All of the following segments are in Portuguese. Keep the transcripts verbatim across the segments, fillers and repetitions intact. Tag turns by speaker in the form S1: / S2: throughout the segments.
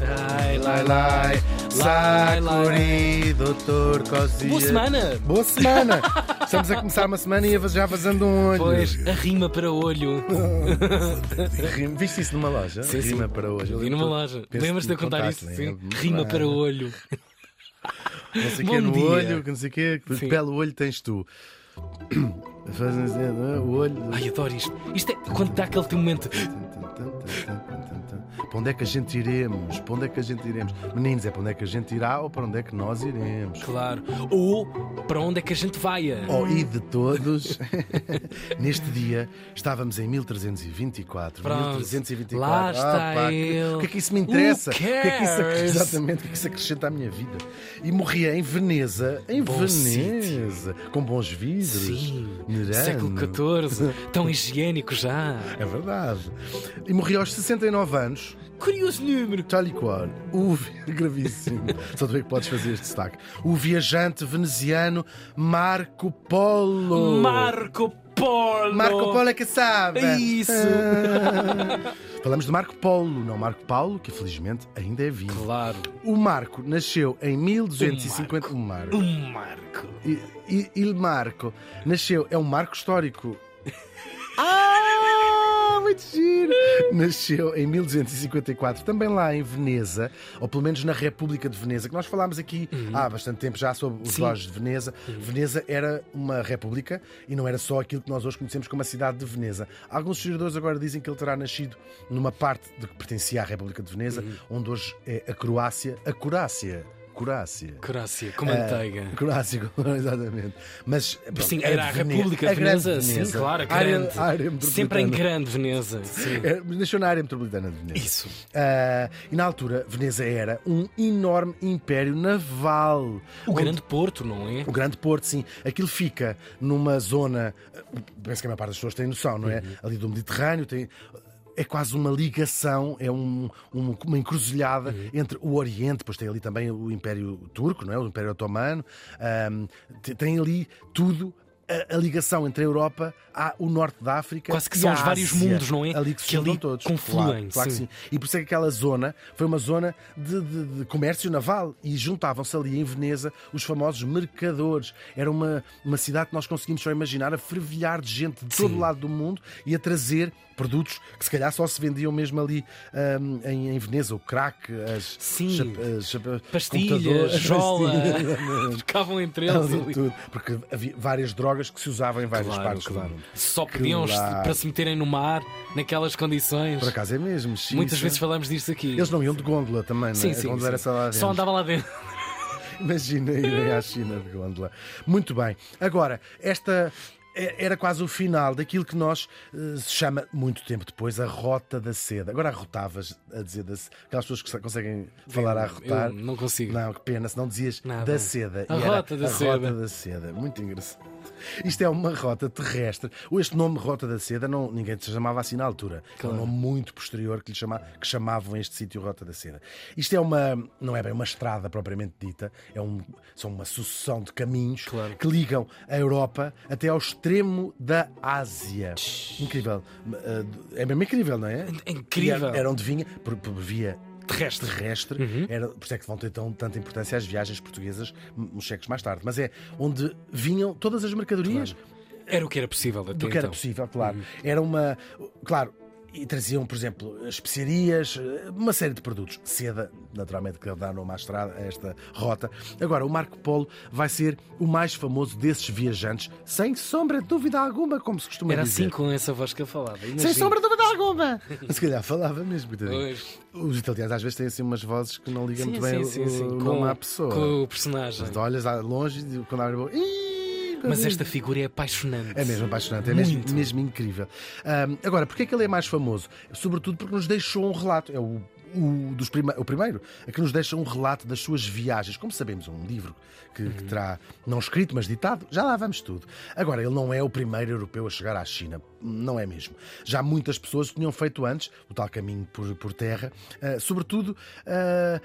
S1: Lai, lai,
S2: Lai,
S1: lai,
S2: Sakuri, doutor Cosilhas.
S1: Boa semana!
S2: Boa semana! Estamos a começar uma semana e já vazando um olho.
S1: Pois, a rima para olho.
S2: Rima- Viste isso numa loja?
S1: Sim, sim.
S2: Rima para olho.
S1: Ali numa loja.
S2: Penso
S1: Lembras-te de eu
S2: que me
S1: contar
S2: contaste,
S1: isso?
S2: né?
S1: Sim.
S2: Muito
S1: Rima
S2: bem.
S1: para olho.
S2: Não sei o
S1: Bom
S2: que no
S1: dia.
S2: olho, que não sei o que. Que
S1: Sim.
S2: belo olho tens tu. Fazem assim, não é? O olho.
S1: Ai, adoro isto. Isto é quando dá aquele teu momento.
S2: Para onde é que a gente iremos? Para onde é que a gente iremos? Meninos, é para onde é que a gente irá ou para onde é que nós iremos?
S1: Claro. Ou para onde é que a gente vai?
S2: Oh, e de todos, neste dia estávamos em mil trezentos e vinte e quatro.
S1: Pronto.
S2: mil trezentos e vinte e quatro.
S1: Lá está
S2: Ah, pá, que-
S1: ele.
S2: O que é que isso me interessa?
S1: Who
S2: O que é que isso,
S1: cares?
S2: exatamente, o que é que isso acrescenta à minha vida? E morria em Veneza, em
S1: Bom
S2: Veneza, com bons vidros.
S1: Sim.
S2: Mirando.
S1: Século catorze. Tão higiênico já.
S2: É verdade. E morria aos sessenta e nove anos.
S1: Curioso número.
S2: Tal e qual, o vi- gravíssimo. Só tu é que podes fazer este destaque. O viajante veneziano Marco Polo.
S1: Marco Polo.
S2: Marco Polo é que sabe.
S1: Isso.
S2: Ah. Falamos de Marco Polo, não Marco Paulo, que infelizmente ainda é vivo.
S1: Claro.
S2: O Marco nasceu em mil duzentos e cinquenta. O Marco.
S1: Um Marco.
S2: E, e, Il Marco nasceu, é um marco histórico. Ah, muito giro! Nasceu em mil duzentos e cinquenta e quatro, também lá em Veneza, ou pelo menos na República de Veneza, que nós falámos aqui há bastante tempo já sobre os
S1: Sim.
S2: relógios de Veneza. Veneza era uma república e não era só aquilo que nós hoje conhecemos como a cidade de Veneza. Alguns historiadores agora dizem que ele terá nascido numa parte de que pertencia à República de Veneza, onde hoje é a Croácia. A Croácia. Croácia.
S1: Croácia, com manteiga.
S2: Ah, Croácia, exatamente. Mas pronto,
S1: Sim, era a
S2: Vene-
S1: República de
S2: a grande
S1: Veneza. Sim, claro, a
S2: Área-
S1: grande.
S2: a área metropolitana.
S1: Sempre em grande Veneza. Sim.
S2: É, nasceu na área metropolitana de Veneza.
S1: Isso.
S2: Ah, e na altura, Veneza era um enorme império naval.
S1: O
S2: onde-
S1: grande Porto, não é?
S2: o Grande Porto, sim. Aquilo fica numa zona, penso que a maior parte das pessoas tem noção, não é?
S1: Uhum.
S2: Ali do Mediterrâneo, tem. É quase uma ligação, é um- um- uma encruzilhada
S1: Uhum.
S2: entre o Oriente, depois tem ali também o Império Turco, não é? O Império Otomano, ahm, te- tem ali tudo. A, a ligação entre a Europa, a, o norte da África.
S1: Quase que
S2: e
S1: são
S2: a
S1: os vários
S2: Ásia,
S1: mundos, não é?
S2: Ali que se
S1: Que ali
S2: juntam todos.
S1: confluem,
S2: Claro, claro que
S1: sim.
S2: sim. E por isso é que aquela zona foi uma zona de, de- de comércio naval e juntavam-se ali em Veneza os famosos mercadores. Era uma, uma cidade que nós conseguimos só imaginar a fervilhar de gente de todo
S1: Sim.
S2: o lado do mundo e a trazer produtos que se calhar só se vendiam mesmo ali ahm, em, em Veneza. O crack, as,
S1: Sim.
S2: chap- as chapa-
S1: Pastilhas,
S2: computadores,
S1: jola.
S2: pastilhas,
S1: Ficavam entre eles.
S2: ali
S1: ali.
S2: tudo. Porque havia várias drogas que se usavam em várias
S1: Claro,
S2: partes
S1: claro.
S2: do mundo.
S1: Só podiam
S2: Claro.
S1: para se meterem no mar, naquelas condições.
S2: Por acaso é mesmo. sim,
S1: Muitas
S2: sim.
S1: vezes falamos disto aqui.
S2: Eles não iam de gôndola também, não
S1: Sim,
S2: é?
S1: sim,
S2: a gôndola era
S1: sim.
S2: só lá
S1: Só
S2: dentro.
S1: andava lá dentro.
S2: Imagina irem à China de gôndola. Muito bem. Agora, esta é- era quase o final daquilo que nós eh, se chama, muito tempo depois, a Rota da Seda. Agora arrotavas a dizer da, aquelas pessoas que sa- conseguem falar a arrotar.
S1: Eu não consigo.
S2: Não, que pena, se não dizias
S1: Nada.
S2: da seda.
S1: A
S2: E era
S1: Rota da
S2: a
S1: Seda.
S2: Rota da Seda. Muito engraçado. Isto é uma rota terrestre. Este nome Rota da Seda, não, ninguém se chamava assim na altura.
S1: Claro.
S2: É um nome muito posterior que, lhe chama, que chamavam este sítio Rota da Seda. Isto é uma, não é bem uma estrada propriamente dita, é um, são uma sucessão de caminhos
S1: Claro.
S2: que ligam a Europa até ao extremo da Ásia. Incrível. É mesmo incrível, não é?
S1: É incrível.
S2: E Era, era onde vinha, por, por via
S1: Terrestre.
S2: terrestre,
S1: Uhum.
S2: era, por isso é que vão ter tão, tanta importância às viagens portuguesas, uns séculos mais tarde. Mas é onde vinham todas as mercadorias
S1: Era o que era possível até
S2: do que era
S1: então.
S2: possível, claro. Era uma. Claro. E traziam, por exemplo, especiarias, uma série de produtos. Seda, naturalmente, que dá nome à estrada, a esta rota. Agora, o Marco Polo vai ser o mais famoso desses viajantes, sem sombra de dúvida alguma, como se costuma
S1: Era
S2: dizer.
S1: assim com essa voz que ele falava.
S2: Sem
S1: Imagina.
S2: sombra de dúvida alguma! Se calhar falava mesmo, coitadinho.
S1: Pois.
S2: Os italianos às vezes têm assim umas vozes que não ligam
S1: Sim,
S2: muito bem
S1: sim,
S2: o,
S1: sim, sim.
S2: o
S1: Com-
S2: nome à pessoa.
S1: Com o personagem.
S2: Mas tu olhas lá longe e quando abre a boca. "Ih!"
S1: Mas esta figura é apaixonante.
S2: É mesmo apaixonante, é mesmo,
S1: Muito.
S2: mesmo incrível. Ahm, agora, porquê é que ele é mais famoso? Sobretudo porque nos deixou um relato. É o, o, dos prime... o primeiro, é que nos deixa um relato das suas viagens. Como sabemos, um livro que, que terá, não escrito, mas ditado, já lá vamos tudo. Agora, ele não é o primeiro europeu a chegar à China. Não é mesmo. Já muitas pessoas tinham feito antes o tal caminho por, por terra, ah, sobretudo ah,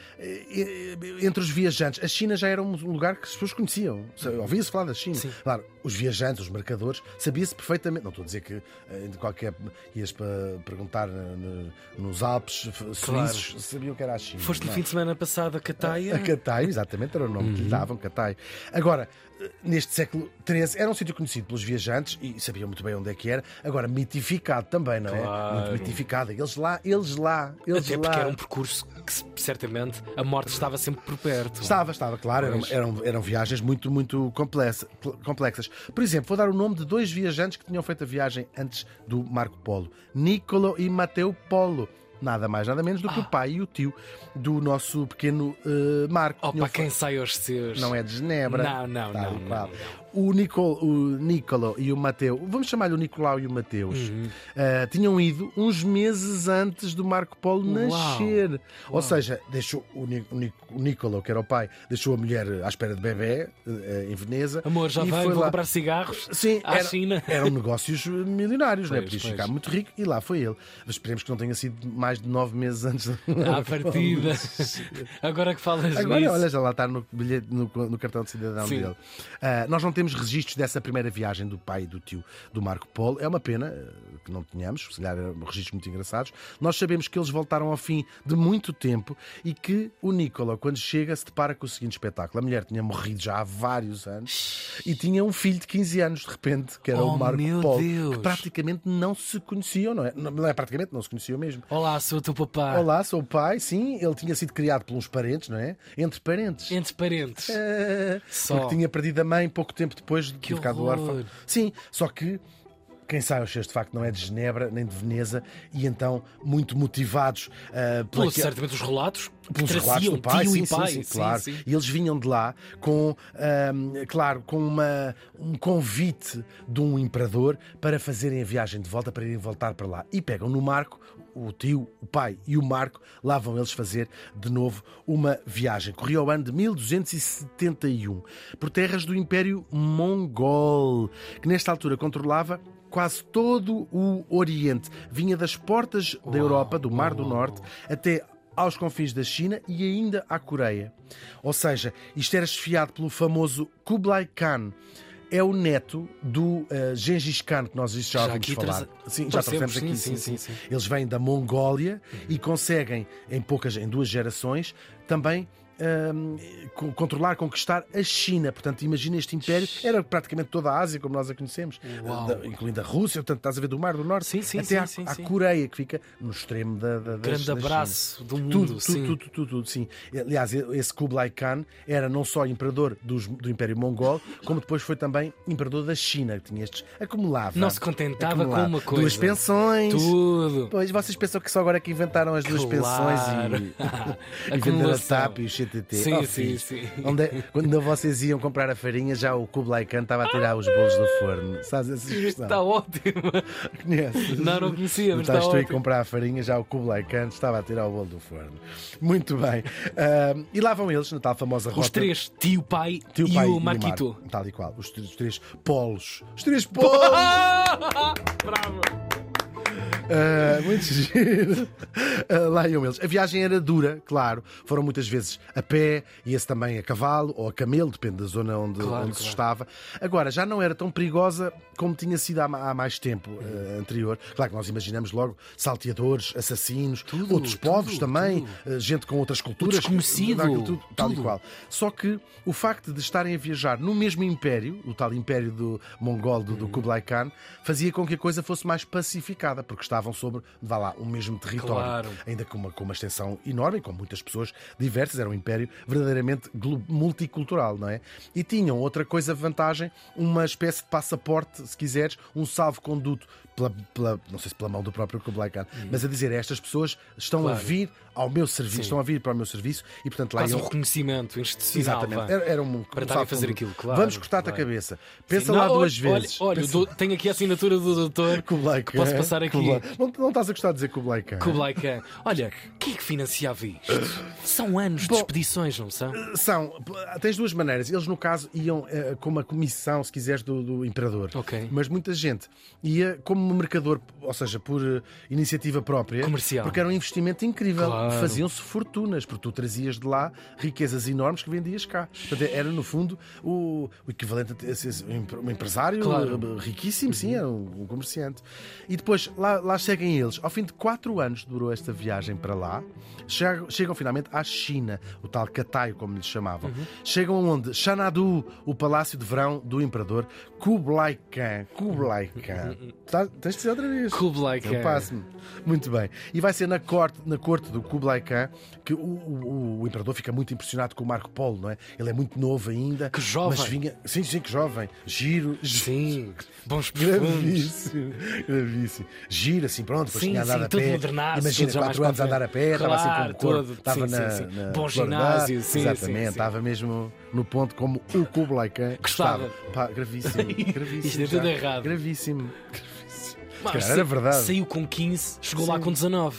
S2: entre os viajantes. A China já era um lugar que as pessoas conheciam. Ouvia-se falar da China.
S1: Sim.
S2: Claro, os viajantes, os mercadores, sabia-se perfeitamente. Não estou a dizer que eh, de qualquer ias para perguntar eh, no- nos Alpes f- suíços,
S1: Claro.
S2: todos sabiam que era a China.
S1: Foste no
S2: não é?
S1: fim de semana passado a Cataia.
S2: A Cataia, exatamente, era o nome que lhe davam, Cataia. Agora, neste século treze, era um sítio conhecido pelos viajantes e sabiam muito bem onde é que era. Agora, mitificado também, não é?
S1: Claro.
S2: Muito mitificado. Eles lá, eles lá, eles
S1: Até
S2: lá.
S1: porque era um percurso que certamente a morte estava sempre por perto.
S2: Estava, estava, claro. Eram,
S1: Pois.
S2: eram, eram viagens muito, muito complexa- complexas. Por exemplo, vou dar o nome de dois viajantes que tinham feito a viagem antes do Marco Polo: Niccolo e Matteo Polo. Nada mais, nada menos do que
S1: Ah.
S2: o pai e o tio do nosso pequeno eh, Marco.
S1: Oh,
S2: Tinham
S1: para quem sai aos seus.
S2: Não é de Genebra.
S1: Não, não,
S2: Tal
S1: não,
S2: e qual.
S1: não,
S2: O, Nicol, o Niccolo e o Mateu, vamos chamar-lhe o Nicolau e o Mateus,
S1: Uhum.
S2: ah, tinham ido uns meses antes do Marco Polo
S1: Uau.
S2: nascer. Ou seja, deixou o, Ni- o Ni- o Niccolo, que era o pai, deixou a mulher à espera de bebê eh, em Veneza.
S1: Amor, já
S2: e
S1: vai,
S2: foi
S1: vou
S2: lá.
S1: comprar cigarros
S2: Sim,
S1: à
S2: era-
S1: China.
S2: eram negócios milionários, não é?
S1: Pois,
S2: Podias
S1: pois.
S2: ficar muito rico e lá foi ele. Mas esperemos que não tenha sido mais de nove meses antes.
S1: À partida. Agora que falas
S2: Agora,
S1: nisso.
S2: olha, já lá está no, bilhete, no, no cartão de cidadão
S1: Sim.
S2: dele. Ah, nós não temos registros dessa primeira viagem do pai e do tio do Marco Polo. É uma pena ah, que não tenhamos, se calhar eram registros muito engraçados. Nós sabemos que eles voltaram ao fim de muito tempo e que o Niccolo, quando chega, se depara com o seguinte espetáculo: a mulher tinha morrido já há vários anos e tinha um filho de quinze anos, de repente, que era
S1: Oh,
S2: o Marco
S1: meu
S2: Polo,
S1: Deus.
S2: que praticamente não se conheciam, não é? Não não é praticamente, não se conheciam mesmo.
S1: Olá, sou o teu papá.
S2: Olá, sou o pai, sim, ele tinha sido criado por uns parentes, não é? Entre parentes.
S1: Entre parentes.
S2: Eh,
S1: Só.
S2: Porque tinha perdido a mãe pouco tempo depois de
S1: Que
S2: ter ficado
S1: horror.
S2: órfão. Sim, só que quem sai aos seus de facto não é de Genebra nem de Veneza e então muito motivados uh,
S1: Pelo, certamente os relatos que
S2: pelos relatos
S1: traziam
S2: do pai,
S1: tio
S2: sim,
S1: e pai.
S2: sim, sim, claro.
S1: sim.
S2: E eles vinham de lá com, ahm, claro, com uma, um convite de um imperador para fazerem a viagem de volta, para irem voltar para lá. E pegam no Marco, o tio, o pai e o Marco, lá vão eles fazer de novo uma viagem. Corria o ano de mil duzentos e setenta e um, por terras do Império Mongol, que nesta altura controlava quase todo o Oriente. Vinha das portas da Europa, do Mar do Norte, até aos confins da China e ainda à Coreia. Ou seja, isto era esfiado pelo famoso Kublai Khan. É o neto do uh, Gengis Khan, que nós isto já,
S1: Já
S2: ouvimos
S1: aqui
S2: falar.
S1: traze-
S2: Sim, já
S1: trouxemos,
S2: trouxemos aqui.
S1: sim,
S2: Sim,
S1: sim,
S2: sim,
S1: sim, sim.
S2: Eles vêm da Mongólia e conseguem, em poucas, em duas gerações, também hum, co- controlar, conquistar a China. Portanto, imagina este império, era praticamente toda a Ásia, como nós a conhecemos,
S1: Uau.
S2: da- incluindo a Rússia, portanto, estás a ver do Mar do Norte
S1: Sim, sim,
S2: até
S1: sim,
S2: à,
S1: sim,
S2: à
S1: sim.
S2: Coreia, que fica no extremo da, da, das-
S1: Grande
S2: da China.
S1: abraço do mundo.
S2: Tudo,
S1: sim.
S2: tudo, tudo, tudo, tudo, sim. Aliás, esse Kublai Khan era não só imperador dos- do Império Mongol, como depois foi também imperador da China, que tinha estes. Acumulava.
S1: Não se contentava
S2: acumulava.
S1: com uma coisa.
S2: Duas pensões.
S1: Tudo.
S2: Pois, vocês pensam que só agora é que inventaram as duas
S1: Claro.
S2: pensões e, e venderam a
S1: Acumulação.
S2: T A P e o C T T.
S1: Sim,
S2: Oh,
S1: sim,
S2: filhos,
S1: sim.
S2: Onde é- quando vocês iam comprar a farinha, já o Kublai Khan estava a tirar os bolos do forno. Sabes essa expressão?
S1: Está ótimo.
S2: Conheces?
S1: Não, não conhecia, mas
S2: Estás
S1: está
S2: tu a ir
S1: ótimo.
S2: comprar a farinha, já o Kublai Khan estava a tirar o bolo do forno. Muito bem. Ah, e lá vão eles, na tal famosa rota.
S1: Os três, tio, pai
S2: Tio,
S1: e
S2: pai
S1: o Marquito.
S2: Marco, tal e qual. Os, três- os três polos. Os três polos!
S1: Bravo.
S2: Ah, muito giro. Ah, lá iam eles. A viagem era dura, claro. Foram muitas vezes a pé, ia-se também a cavalo ou a camelo, depende da zona onde,
S1: Claro,
S2: onde se
S1: claro.
S2: estava. Agora, já não era tão perigosa como tinha sido há, há mais tempo ah, anterior. Claro que nós imaginamos logo salteadores, assassinos,
S1: Tudo,
S2: outros
S1: tudo,
S2: povos também,
S1: tudo.
S2: ah, gente com outras culturas.
S1: desconhecido,
S2: daquilo tudo, tal e
S1: tudo.
S2: qual. Só que o facto de estarem a viajar no mesmo império, o tal império do mongol, do, do
S1: Uhum.
S2: Kublai Khan, fazia com que a coisa fosse mais pacificada, porque estavam sobre, vá lá, o mesmo território.
S1: Claro.
S2: Ainda com uma, com uma extensão enorme, com muitas pessoas diversas, era um império verdadeiramente glo- multicultural, não é? E tinham outra coisa vantagem, uma espécie de passaporte, se quiseres, um salvo-conduto, pela, pela- não sei se pela mão do próprio Kublai Khan, mas a dizer, estas pessoas estão
S1: Claro.
S2: a vir ao meu serviço,
S1: Sim.
S2: estão a vir para o meu serviço e, portanto, lá
S1: Quase um
S2: iam...
S1: reconhecimento institucional.
S2: Exatamente,
S1: vá.
S2: era, era um,
S1: Para
S2: um
S1: estarem a fazer
S2: salvo-conduto.
S1: aquilo, claro,
S2: Vamos cortar-te a
S1: claro.
S2: cabeça. Pensa
S1: Sim,
S2: lá
S1: não,
S2: duas
S1: olha,
S2: vezes.
S1: Olha,
S2: Pensa-
S1: olha, dou- tenho aqui a assinatura do doutor.
S2: Kublai
S1: que posso
S2: Khan,
S1: passar aqui.
S2: Kublai- Não, não estás a gostar de dizer Kublai Khan?
S1: Kublai Khan. Olha, quem é que financiava isto? São anos
S2: Bom,
S1: de expedições, não são?
S2: São, tens duas maneiras. Eles, no caso, iam eh, com uma comissão, se quiseres, do, do imperador.
S1: Ok.
S2: Mas muita gente ia como mercador, ou seja, por eh, iniciativa própria.
S1: Comercial.
S2: Porque era um investimento incrível.
S1: Claro. Claro.
S2: faziam-se fortunas, porque tu trazias de lá riquezas enormes que vendias cá. Portanto, era, no fundo, o, o equivalente a ser um empresário
S1: Claro.
S2: riquíssimo, sim, era um, um comerciante. E depois, lá, lá chegam eles. Ao fim de quatro anos durou esta viagem para lá, chegam, chegam finalmente à China, o tal Cataio, como lhes chamavam. Uhum. Chegam onde? Xanadu, o palácio de verão do imperador Kublai Khan. Kublai Khan. Tá, tens de dizer outra vez.
S1: Kublai Khan.
S2: Eu passo-me. Muito bem. E vai ser na corte, na corte do Kublai Khan que o, o, o imperador fica muito impressionado com o Marco Polo, não é? Ele é muito novo ainda.
S1: Que jovem.
S2: Mas vinha... Sim, sim, que jovem. Giro.
S1: Sim. Bons perfumes.
S2: Gravíssimo. Gravíssimo. Giro, assim, pronto. Depois
S1: Sim,
S2: tinha andado
S1: sim,
S2: a
S1: tudo
S2: pé.
S1: modernaço,
S2: Imagina,
S1: tudo já
S2: quatro
S1: mais
S2: anos a andar a pé,
S1: claro,
S2: estava assim com o corpo.
S1: todo.
S2: Estava
S1: Sim,
S2: na,
S1: sim, sim.
S2: na
S1: Bom
S2: flor da-
S1: ginásio, sim,
S2: Exatamente.
S1: sim, sim.
S2: Estava mesmo no ponto como o Kublai Khan
S1: Gostava.
S2: estava. Pá, gravíssimo. Gravíssimo.
S1: Isto é tudo
S2: já.
S1: errado.
S2: Gravíssimo. Gravíssimo.
S1: Mas
S2: calhar era verdade.
S1: Saiu com quinze, chegou lá
S2: Sim.
S1: com dezanove.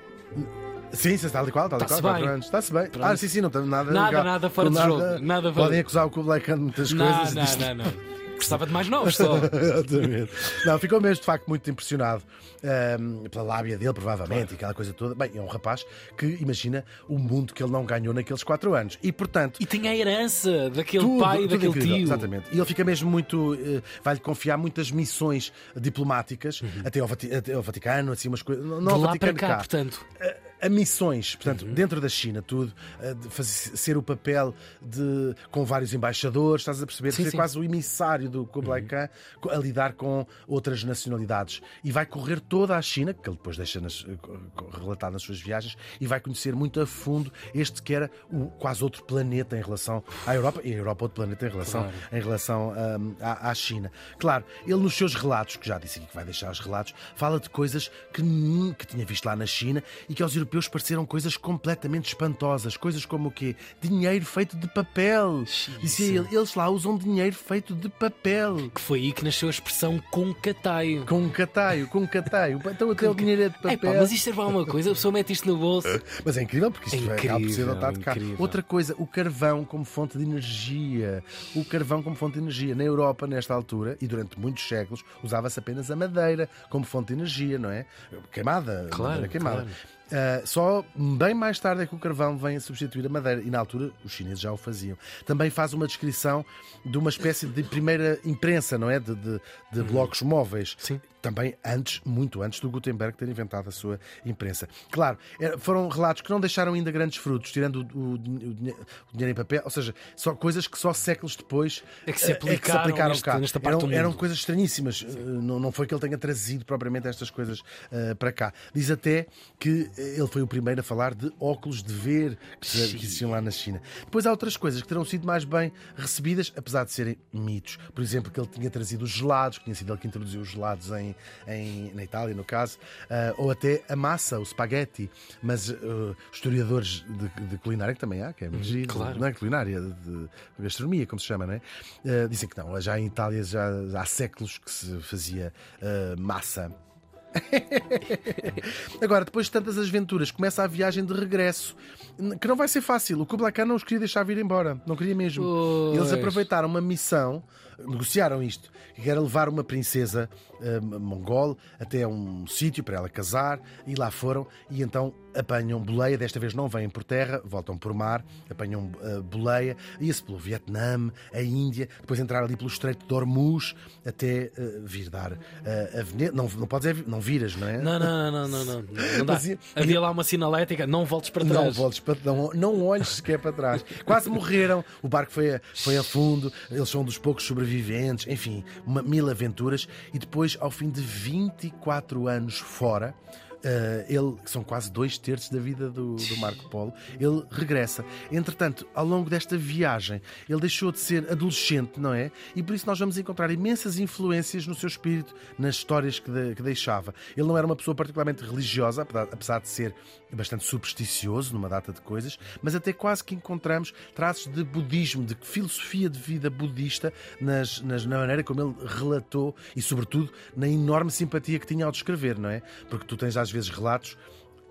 S2: Sim, sim, está ali qual, está ali
S1: Está-se
S2: qual, quatro
S1: bem.
S2: anos. Está-se bem.
S1: Pronto.
S2: Ah, sim, sim, não tem nada.
S1: Nada,
S2: legal.
S1: nada fora de
S2: Nada-
S1: jogo, nada fora-
S2: Podem acusar o Kublai Khan de muitas
S1: Não,
S2: coisas.
S1: não,
S2: Isto-
S1: não, não. Gostava de mais novos só.
S2: Exatamente. Não, ficou mesmo de facto muito impressionado ahm, pela lábia dele, provavelmente, e aquela coisa toda. Bem, é um rapaz que imagina o mundo que ele não ganhou naqueles quatro anos. E portanto.
S1: E tinha a herança daquele
S2: Tudo,
S1: pai e
S2: tudo
S1: daquele
S2: incrível,
S1: tio.
S2: exatamente. E ele fica mesmo muito. eh, vai-lhe confiar muitas missões diplomáticas, até, ao Vati- até ao Vaticano, assim, umas coisas. Não
S1: Uhum. De
S2: ao
S1: lá
S2: Vaticano
S1: para cá,
S2: cá.
S1: portanto.
S2: a, a missões, portanto,
S1: Uhum.
S2: dentro da China, tudo, a de fazer, ser o papel de com vários embaixadores, estás a perceber?
S1: Sim,
S2: Ser
S1: sim.
S2: quase o emissário do Kublai Khan a lidar com outras nacionalidades. E vai correr toda a China, que ele depois deixa nas, relatado nas suas viagens, e vai conhecer muito a fundo este que era o, quase outro planeta em relação à Europa, e a Europa outro planeta em relação,
S1: Claro.
S2: em relação hum, à, à China. Claro, ele nos seus relatos, que já disse aqui que vai deixar os relatos, fala de coisas que, nun- que tinha visto lá na China e que aos europeus pareceram coisas completamente espantosas. Coisas como o quê? Dinheiro feito de papel. Dizia ele, eles lá usam dinheiro feito de papel.
S1: Que foi aí que nasceu a expressão com cataio.
S2: Com um cataio, com um cataio. Então até o dinheiro é de
S1: Ei, pá,
S2: papel.
S1: mas isto serve a uma coisa, a pessoa mete isto no bolso.
S2: Mas é incrível porque isto
S1: É
S2: vai acaba por ser
S1: incrível,
S2: adotado cá.
S1: incrível.
S2: Outra coisa, o carvão como fonte de energia. O carvão como fonte de energia. Na Europa, nesta altura, e durante muitos séculos, usava-se apenas a madeira como fonte de energia, não é? Queimada.
S1: Claro,
S2: madeira queimada.
S1: claro.
S2: Uh, só bem mais tarde é que o carvão vem a substituir a madeira, e na altura os chineses já o faziam. Também faz uma descrição de uma espécie de primeira imprensa, não é? De, de, de blocos móveis.
S1: Sim.
S2: Também antes, muito antes do Gutenberg ter inventado a sua imprensa. Claro, eh, foram relatos que não deixaram ainda grandes frutos, tirando o, o, o dinhe- o dinheiro em papel, ou seja, só coisas que só séculos depois
S1: É que se
S2: eh,
S1: aplicaram neste-
S2: cá.
S1: nesta parte
S2: eram,
S1: do
S2: eram
S1: mundo.
S2: coisas estranhíssimas. Eh, Não, não foi que ele tenha trazido propriamente estas coisas eh, para cá. Diz até que eh, ele foi o primeiro a falar de óculos de ver que, se- que existiam lá na China. Depois há outras coisas que terão sido mais bem recebidas, apesar de serem mitos. Por exemplo, que ele tinha trazido os gelados, que tinha sido ele que introduziu os gelados em, em- na Itália, no caso, ah, ou até a massa, o spaghetti. Mas ah, historiadores de, de culinária, que também há, que é muito giro,
S1: claro.
S2: não é culinária, de, de gastronomia, como se chama, não é? Ah, dizem que não, já em Itália já, já há séculos que se fazia ah, massa. Agora, depois de tantas aventuras, começa a viagem de regresso, que não vai ser fácil. O Kublai Khan não os queria deixar vir embora, não queria mesmo.
S1: Pois.
S2: Eles aproveitaram uma missão, negociaram isto, que era levar uma princesa eh, mongol até um sítio para ela casar, e lá foram, e então apanham boleia. Desta vez não vêm por terra, voltam por mar, apanham eh, boleia, ia-se pelo Vietnã, a Índia, depois entrar ali pelo Estreito de Hormuz até eh, vir dar eh, a Veneza. Não, não podes, é, não viras, não é?
S1: Não, não, não, não, não, não, não dá.
S2: Mas ia-
S1: Havia lá uma sinalética, não voltes para
S2: Não
S1: trás.
S2: voltes para, não, não olhes sequer para trás. Quase morreram, o barco foi a, foi a fundo, eles são dos poucos sobreviventes, enfim, uma, mil aventuras. E depois, ao fim de vinte e quatro anos fora, Uh, ele, que são quase dois terços da vida do, do Marco Polo, ele regressa. Entretanto, ao longo desta viagem, ele deixou de ser adolescente, não é? E por isso nós vamos encontrar imensas influências no seu espírito, nas histórias que, de, que deixava. Ele não era uma pessoa particularmente religiosa, apesar, apesar de ser bastante supersticioso numa data de coisas, mas até quase que encontramos traços de budismo, de filosofia de vida budista nas, nas, na maneira como ele relatou e, sobretudo, na enorme simpatia que tinha ao descrever, não é? Porque tu tens às vezes relatos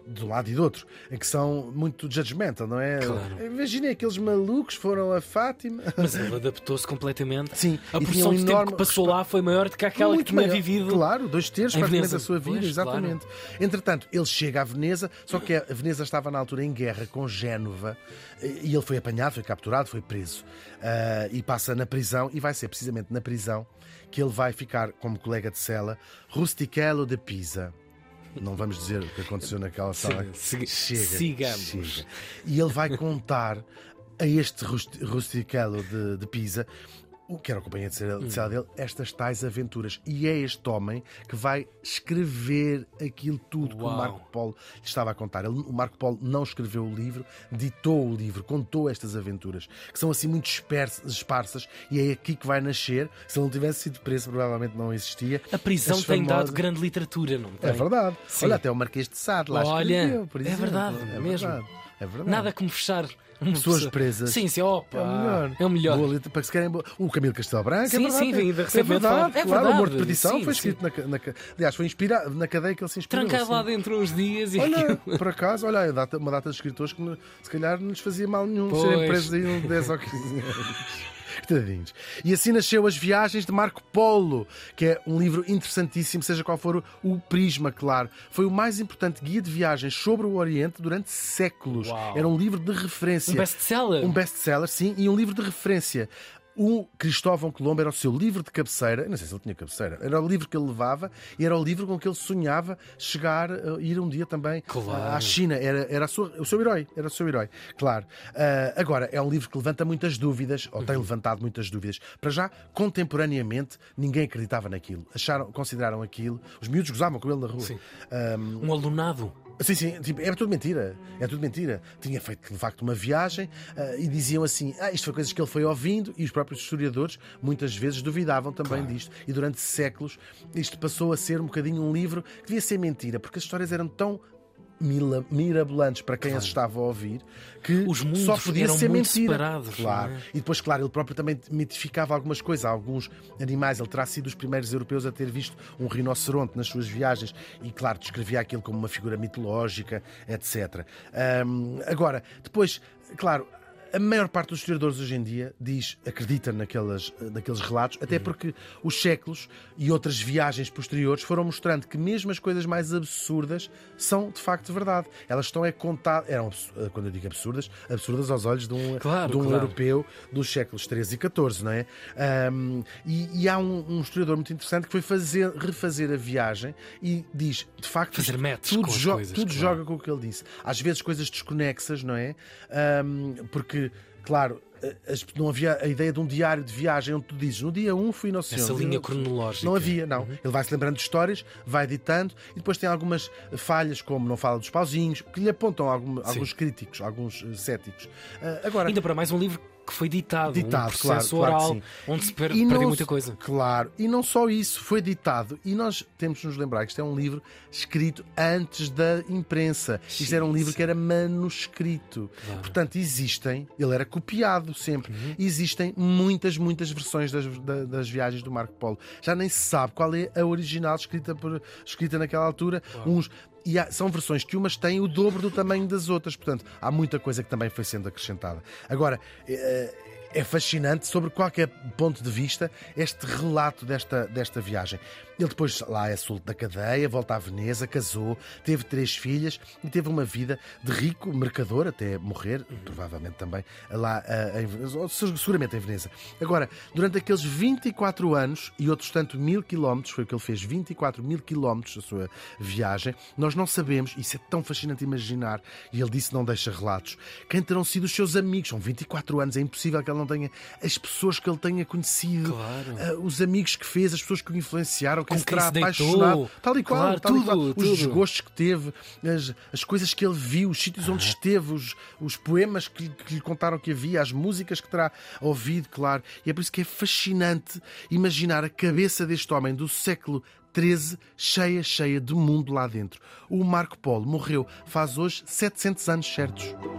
S2: de um lado e do outro, em que são muito judgmental, não é?
S1: Claro.
S2: Imaginem aqueles malucos foram a Fátima.
S1: Mas ele adaptou-se completamente.
S2: Sim,
S1: a
S2: e tinha
S1: porção
S2: um
S1: de tempo
S2: enorme
S1: que passou lá foi maior do que aquela
S2: muito
S1: que tinha
S2: maior.
S1: vivido.
S2: Claro, dois terços
S1: em
S2: praticamente
S1: Veneza.
S2: da sua vida,
S1: Pois,
S2: exatamente. Entretanto, ele chega a Veneza, só que a Veneza estava na altura em guerra com Génova e ele foi apanhado, foi capturado, foi preso uh, e passa na prisão, e vai ser precisamente na prisão que ele vai ficar como colega de cela Rustichello de Pisa. Não vamos dizer o que aconteceu naquela sala.
S1: Sim,
S2: Chega,
S1: sigamos.
S2: chega. E ele vai contar a este Rust- Rustichello de, de Pisa, o que era o companheiro de cela de cela dele, estas tais aventuras. E é este homem que vai escrever aquilo tudo que
S1: Uau.
S2: o Marco Polo lhe estava a contar. Ele, o Marco Polo não escreveu o livro, ditou o livro, contou estas aventuras, que são assim muito espers- esparsas, e é aqui que vai nascer. Se ele não tivesse sido preso, provavelmente não existia.
S1: A prisão
S2: As
S1: tem
S2: famosas-
S1: dado grande literatura, não tem?
S2: É verdade.
S1: Sim.
S2: Olha, até o Marquês de Sade lá
S1: Olha,
S2: escreveu, por
S1: é
S2: exemplo.
S1: verdade,
S2: É
S1: mesmo.
S2: verdade. É verdade.
S1: Nada como fechar uma
S2: Pessoas
S1: pessoa-
S2: presas.
S1: Sim, sim, opa,
S2: É o melhor.
S1: É o melhor.
S2: Boa letra, para que se querem boa- O Camilo Castelo Branco,
S1: Sim,
S2: é verdade.
S1: sim, vem de
S2: é
S1: recentemente
S2: verdade,
S1: falar. É
S2: claro. O Amor de
S1: verdade,
S2: Perdição
S1: sim,
S2: foi
S1: sim.
S2: escrito na, ca- na ca- aliás, foi inspirado na cadeia que ele se inspirou.
S1: Trancado
S2: sim.
S1: lá dentro uns dias e
S2: Olha,
S1: aquilo-
S2: por acaso, olha, a data- uma data de escritores que ne- se calhar não lhes fazia mal nenhum
S1: Pois.
S2: serem presos aí uns dez ou quinze anos. Tadinhos. E assim nasceu As Viagens de Marco Polo, que é um livro interessantíssimo, seja qual for o, o prisma, claro. Foi o mais importante guia de viagens sobre o Oriente durante séculos.
S1: Uau.
S2: Era um livro de referência.
S1: Um best-seller.
S2: Um best-seller, sim, e um livro de referência. O Cristóvão Colombo era o seu livro de cabeceira, não sei se ele tinha cabeceira, era o livro que ele levava e era o livro com que ele sonhava chegar, a ir um dia também
S1: Claro.
S2: à China. Era, era a sua- o seu herói, era o seu herói, claro. Ah, agora, é um livro que levanta muitas dúvidas, ou tem levantado muitas dúvidas. Para já, contemporaneamente, ninguém acreditava naquilo. Acharam, consideraram aquilo, os miúdos gozavam com ele na rua.
S1: Sim.
S2: Ah,
S1: Um alunado.
S2: Sim, sim, tipo, é tudo mentira. É tudo mentira. Tinha feito, de facto, uma viagem ah, e diziam assim: ah, isto foi coisas que ele foi ouvindo, e os próprios historiadores muitas vezes duvidavam também
S1: Claro.
S2: disto. E durante séculos isto passou a ser um bocadinho um livro que devia ser mentira, porque as histórias eram tão mila- mirabolantes para quem as estava a ouvir que
S1: Os mundos
S2: só podia
S1: eram
S2: ser
S1: muito
S2: mentira.
S1: separados,
S2: Claro.
S1: não é?
S2: E depois, claro, ele próprio também mitificava algumas coisas. Alguns animais, ele terá sido dos primeiros europeus a ter visto um rinoceronte nas suas viagens e, claro, descrevia aquilo como uma figura mitológica, etcétera. Ahm, agora, depois, claro, a maior parte dos historiadores hoje em dia diz, acredita naquelas, naqueles relatos, até porque os séculos e outras viagens posteriores foram mostrando que mesmo as coisas mais absurdas são de facto verdade. Elas estão a contar, eram, abs- quando eu digo absurdas, absurdas aos olhos de um,
S1: Claro,
S2: de um
S1: claro.
S2: europeu dos séculos treze e catorze, não é? Ahm, e, e há um, um historiador muito interessante que foi fazer, refazer a viagem e diz, de facto,
S1: Fazer
S2: isto-
S1: matches
S2: tudo,
S1: com as
S2: jo-
S1: coisas,
S2: tudo
S1: claro.
S2: joga com o que ele disse. Às vezes coisas desconexas, não é? Ahm, porque, claro, as- não havia a ideia de um diário de viagem onde tu dizes no dia um fui não sei
S1: Essa
S2: onde.
S1: linha
S2: Não-
S1: cronológica.
S2: Não havia, não.
S1: Uhum.
S2: Ele vai-se lembrando de histórias, vai editando e depois tem algumas falhas, como não fala dos pauzinhos, que lhe apontam algum- alguns críticos, alguns eh, céticos. Ah, agora,
S1: Ainda para mais um livro que foi ditado,
S2: Ditado,
S1: um processo
S2: claro, claro que
S1: oral,
S2: sim.
S1: onde se per
S2: E
S1: perdeu
S2: não
S1: muita
S2: s-
S1: coisa.
S2: Claro, e não só isso, foi ditado, e nós temos de nos lembrar que isto é um livro escrito antes da imprensa. Isto era um livro que era manuscrito.
S1: Claro.
S2: Portanto, existem, ele era copiado sempre, existem muitas, muitas versões das, da- das viagens do Marco Polo. Já nem se sabe qual é a original escrita, por, escrita naquela altura. Uns. E há- são versões que umas têm o dobro do tamanho das outras. Portanto, há muita coisa que também foi sendo acrescentada. Agora, eh, é fascinante, sobre qualquer ponto de vista, este relato desta, desta viagem. Ele depois lá é solto da cadeia, volta à Veneza, casou, teve três filhas e teve uma vida de rico mercador até morrer, provavelmente também lá ah, em Veneza, ou seguramente em Veneza. Agora, durante aqueles vinte e quatro anos e outros tanto mil quilómetros, foi o que ele fez, vinte e quatro mil quilómetros da sua viagem, nós não sabemos, isso é tão fascinante imaginar, e ele disse não deixa relatos, quem terão sido os seus amigos. São vinte e quatro anos, é impossível que ele não tenha as pessoas que ele tenha conhecido,
S1: Claro.
S2: ah, os amigos que fez, as pessoas que o influenciaram, quem
S1: Com
S2: se
S1: quem
S2: terá
S1: se deitou.
S2: apaixonado, tal e qual,
S1: Claro,
S2: tal e
S1: tudo,
S2: qual. os
S1: tudo.
S2: desgostos que teve, as, as coisas que ele viu, os sítios onde esteve, os, os poemas que, que lhe contaram que havia, as músicas que terá ouvido, claro. E é por isso que é fascinante imaginar a cabeça deste homem do século treze, cheia, cheia de mundo lá dentro. O Marco Polo morreu faz hoje setecentos anos certos.